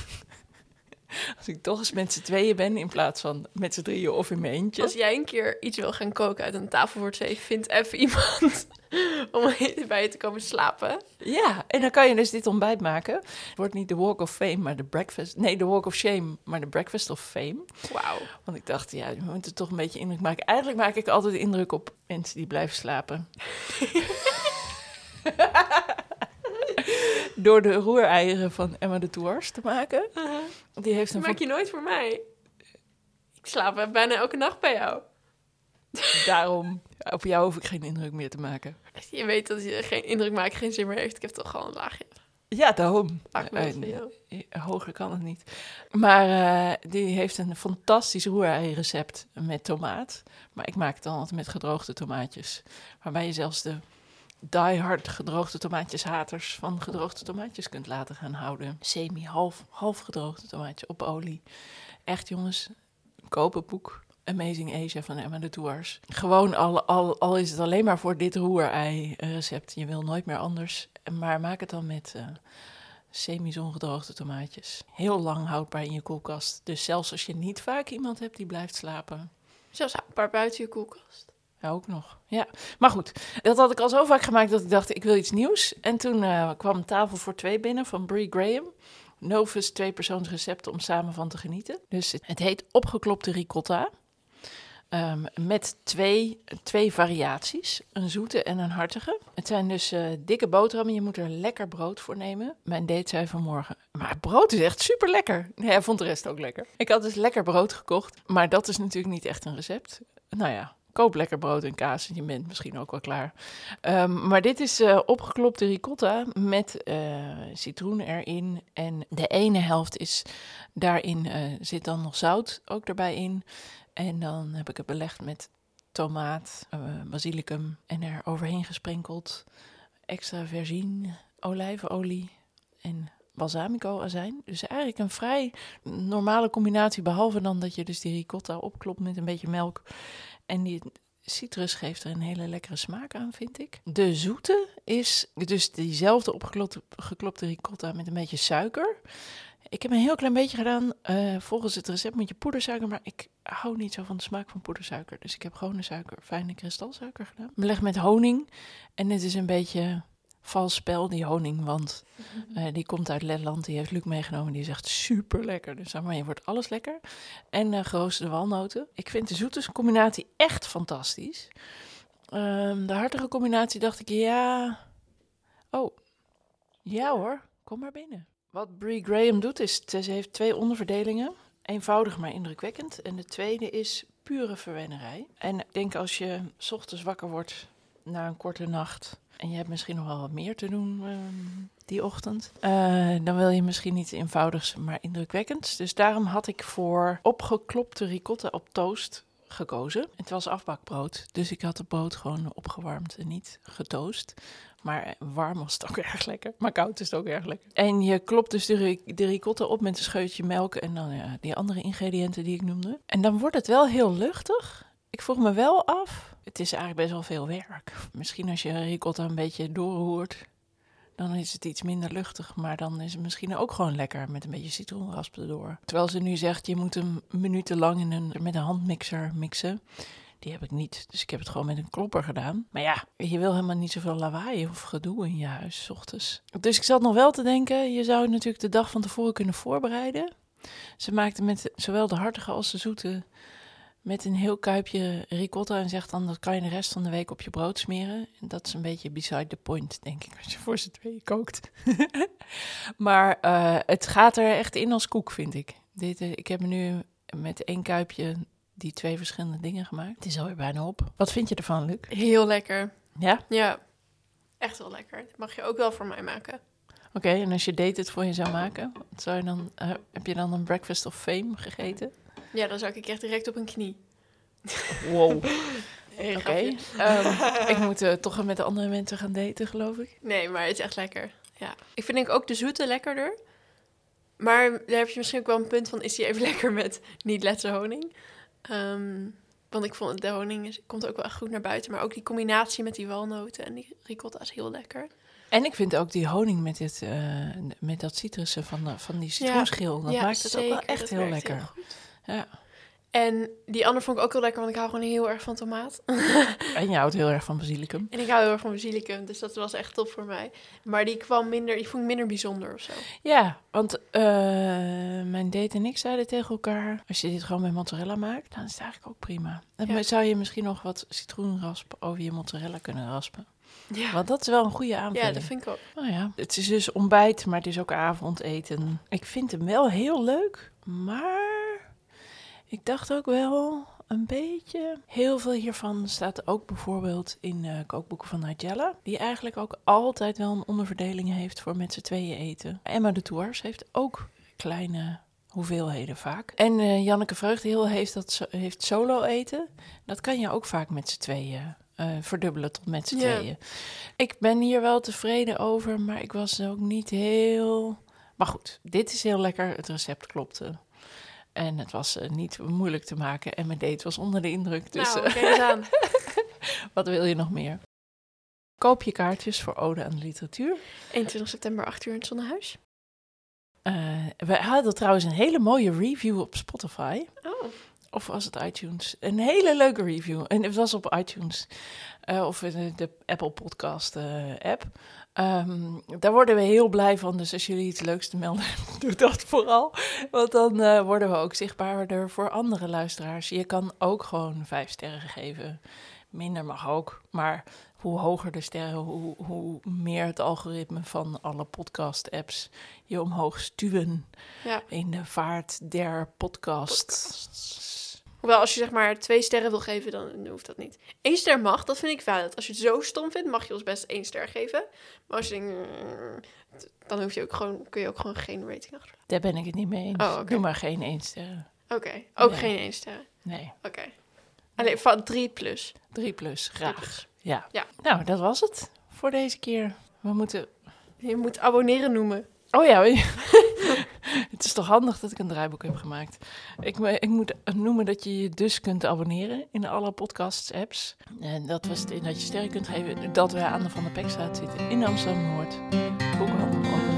Als ik toch eens met z'n tweeën ben, in plaats van met z'n drieën of in mijn eentje.
Als jij een keer iets wil gaan koken uit een tafel voor twee, vind even iemand om bij je te komen slapen.
Ja, en dan kan je dus dit ontbijt maken. Het wordt niet de Walk of Fame, maar de Breakfast... Nee, de Walk of Shame, maar de Breakfast of Fame.
Wauw.
Want ik dacht, ja, we moeten toch een beetje indruk maken. Eigenlijk maak ik altijd indruk op mensen die blijven slapen. Door de roereieren van Emma de Tours te maken.
Uh-huh.
Die heeft een
dat maak je nooit voor mij. Ik slaap bijna elke nacht bij jou.
Daarom, op jou hoef ik geen indruk meer te maken.
Je weet dat je geen indruk maakt, geen zin meer heeft. Ik heb toch gewoon een laagje.
Ja, daarom.
Uh, uh,
hoger kan het niet. Maar uh, die heeft een fantastisch roerei-recept met tomaat. Maar ik maak het dan altijd met gedroogde tomaatjes. Waarbij je zelfs de die-hard gedroogde tomaatjeshaters van gedroogde tomaatjes kunt laten gaan houden. Semi-half half gedroogde tomaatjes op olie. Echt jongens, koop het boek Amazing Asia van Emma de Tours. Gewoon al, al, al is het alleen maar voor dit roerei-recept. Je wil nooit meer anders. Maar maak het dan met uh, semi-zongedroogde tomaatjes. Heel lang houdbaar in je koelkast. Dus zelfs als je niet vaak iemand hebt die blijft slapen.
Zelfs houdbaar buiten je koelkast.
Ja, ook nog. Ja, maar goed. Dat had ik al zo vaak gemaakt dat ik dacht, ik wil iets nieuws. En toen uh, kwam Tafel voor twee binnen van Brie Graham. Novus tweepersoonsrecepten om samen van te genieten. Dus het heet opgeklopte ricotta. Um, met twee, twee variaties, een zoete en een hartige. Het zijn dus uh, dikke boterhammen, je moet er lekker brood voor nemen. Mijn date zei vanmorgen, maar brood is echt super lekker. Nee, hij vond de rest ook lekker. Ik had dus lekker brood gekocht, maar dat is natuurlijk niet echt een recept. Nou ja, koop lekker brood en kaas en je bent misschien ook wel klaar. Um, maar dit is uh, opgeklopte ricotta met uh, citroen erin. En de ene helft is, daarin uh, zit dan nog zout ook erbij in. En dan heb ik het belegd met tomaat, uh, basilicum en er overheen gesprenkeld extra vergine, olijfolie en balsamico-azijn. Dus eigenlijk een vrij normale combinatie, behalve dan dat je dus die ricotta opklopt met een beetje melk. En die citrus geeft er een hele lekkere smaak aan, vind ik. De zoete is dus diezelfde opgeklopte geklopte ricotta met een beetje suiker. Ik heb een heel klein beetje gedaan. Uh, volgens het recept moet je poedersuiker, maar ik hou niet zo van de smaak van poedersuiker. Dus ik heb gewoon de suiker, fijne kristalsuiker gedaan. Beleg met honing. En dit is een beetje vals spel, die honing. Want uh, die komt uit Letland. Die heeft Luc meegenomen. Die is echt super lekker. Dus maar je wordt alles lekker. En uh, geroosterde walnoten. Ik vind de zoete combinatie echt fantastisch. Uh, de hartige combinatie dacht ik, ja... Oh, ja hoor, kom maar binnen. Wat Brie Graham doet is, ze heeft twee onderverdelingen. Eenvoudig maar indrukwekkend. En de tweede is pure verwennerij. En ik denk als je 's ochtends wakker wordt na een korte nacht... en je hebt misschien nog wel wat meer te doen uh, die ochtend... Uh, dan wil je misschien niet eenvoudigs, maar indrukwekkends. Dus daarom had ik voor opgeklopte ricotta op toast gekozen. Het was afbakbrood, dus ik had het brood gewoon opgewarmd en niet getoast... Maar warm was het ook erg lekker. Maar koud is het ook erg lekker. En je klopt dus de, de ricotta op met een scheutje melk en dan ja, die andere ingrediënten die ik noemde. En dan wordt het wel heel luchtig. Ik vroeg me wel af, het is eigenlijk best wel veel werk. Misschien als je ricotta een beetje doorroert, dan is het iets minder luchtig. Maar dan is het misschien ook gewoon lekker met een beetje citroenrasp erdoor. Terwijl ze nu zegt, je moet hem minutenlang in een, met een handmixer mixen. Die heb ik niet, dus ik heb het gewoon met een klopper gedaan. Maar ja, je wil helemaal niet zoveel lawaai of gedoe in je huis 's ochtends. Dus ik zat nog wel te denken, je zou natuurlijk de dag van tevoren kunnen voorbereiden. Ze maakte met zowel de hartige als de zoete met een heel kuipje ricotta en zegt dan, dat kan je de rest van de week op je brood smeren. En dat is een beetje beside the point, denk ik, als je voor z'n tweeën kookt. Maar uh, het gaat er echt in als koek, vind ik. Dit, uh, ik heb nu met één kuipje die twee verschillende dingen gemaakt. Het is alweer bijna op. Wat vind je ervan, Luc?
Heel lekker.
Ja?
Ja, echt wel lekker. Dat mag je ook wel voor mij maken.
Oké, okay, en als je date het voor je zou maken, wat zou je dan, uh, heb je dan een breakfast of fame gegeten?
Ja, dan zou ik echt direct op een knie.
Wow. Oké, okay. um, ik moet uh, toch met de andere mensen gaan daten, geloof ik.
Nee, maar het is echt lekker. Ja. Ik vind denk ook de zoete lekkerder. Maar daar heb je misschien ook wel een punt van, is die even lekker met niet letse honing? Um, want ik vond de honing is, komt ook wel echt goed naar buiten. Maar ook die combinatie met die walnoten en die ricotta is heel lekker.
En ik vind ook die honing met, dit, uh, met dat citrussen van, van die citroenschil. Ja, dat ja, maakt het zeker, ook wel echt heel lekker. Heel goed. Ja.
En die andere vond ik ook heel lekker, want ik hou gewoon heel erg van tomaat.
En je houdt heel erg van basilicum.
En ik hou heel erg van basilicum, dus dat was echt top voor mij. Maar die kwam minder, die vond ik minder bijzonder of zo.
Ja, want uh, mijn date en ik zeiden tegen elkaar, als je dit gewoon met mozzarella maakt, dan is het eigenlijk ook prima. Dan ja. zou je misschien nog wat citroenrasp over je mozzarella kunnen raspen. Ja. Want dat is wel een goede aanvulling.
Ja, dat vind ik ook.
Nou ja, het is dus ontbijt, maar het is ook avondeten. Ik vind hem wel heel leuk, maar ik dacht ook wel een beetje. Heel veel hiervan staat ook bijvoorbeeld in uh, kookboeken van Nigella, die eigenlijk ook altijd wel een onderverdeling heeft voor met z'n tweeën eten. Emma de Tours heeft ook kleine hoeveelheden vaak. En uh, Janneke Vreugdeheel heeft dat heeft solo eten. Dat kan je ook vaak met z'n tweeën Uh, verdubbelen tot met z'n yeah. tweeën. Ik ben hier wel tevreden over, maar ik was ook niet heel... Maar goed, dit is heel lekker. Het recept klopte. En het was uh, niet moeilijk te maken. En mijn date was onder de indruk. Dus,
nou, kijk eens aan.
Wat wil je nog meer? Koop je kaartjes voor Ode aan de Literatuur.
eenentwintig september, acht uur in het Zonnehuis.
Uh, we hadden trouwens een hele mooie review op Spotify.
Oh.
Of was het iTunes? Een hele leuke review. En het was op iTunes. Uh, of de, de Apple Podcast uh, app. Um, daar worden we heel blij van. Dus als jullie iets leuks te melden hebben, doe dat vooral. Want dan uh, worden we ook zichtbaarder voor andere luisteraars. Je kan ook gewoon vijf sterren geven. Minder mag ook. Maar hoe hoger de sterren, hoe, hoe meer het algoritme van alle podcast-apps je omhoog stuwen. Ja. In de vaart der podcasts. podcasts.
Hoewel, als je zeg maar twee sterren wil geven, dan hoeft dat niet. Eén ster mag, dat vind ik valid. Als je het zo stom vindt, mag je ons best één ster geven. Maar als je denkt, dan hoef je ook gewoon, kun je ook gewoon geen rating achterlaten.
Daar ben ik het niet mee eens.
Oh, okay.
Doe maar geen één sterren.
Oké, okay. ook
nee.
geen één sterren?
Nee.
Oké. Okay. Alleen van drie plus.
Drie plus, graag. Drie plus. Ja.
ja.
Nou, dat was het voor deze keer. We moeten...
Je moet abonneren noemen.
Oh ja, Het is toch handig dat ik een draaiboek heb gemaakt. Ik, ik moet noemen dat je je dus kunt abonneren in alle podcasts-apps. En dat was het in dat je sterren kunt geven. Dat wij aan de Van der Pekstraat zitten in Amsterdam-Noord. Boekhandel over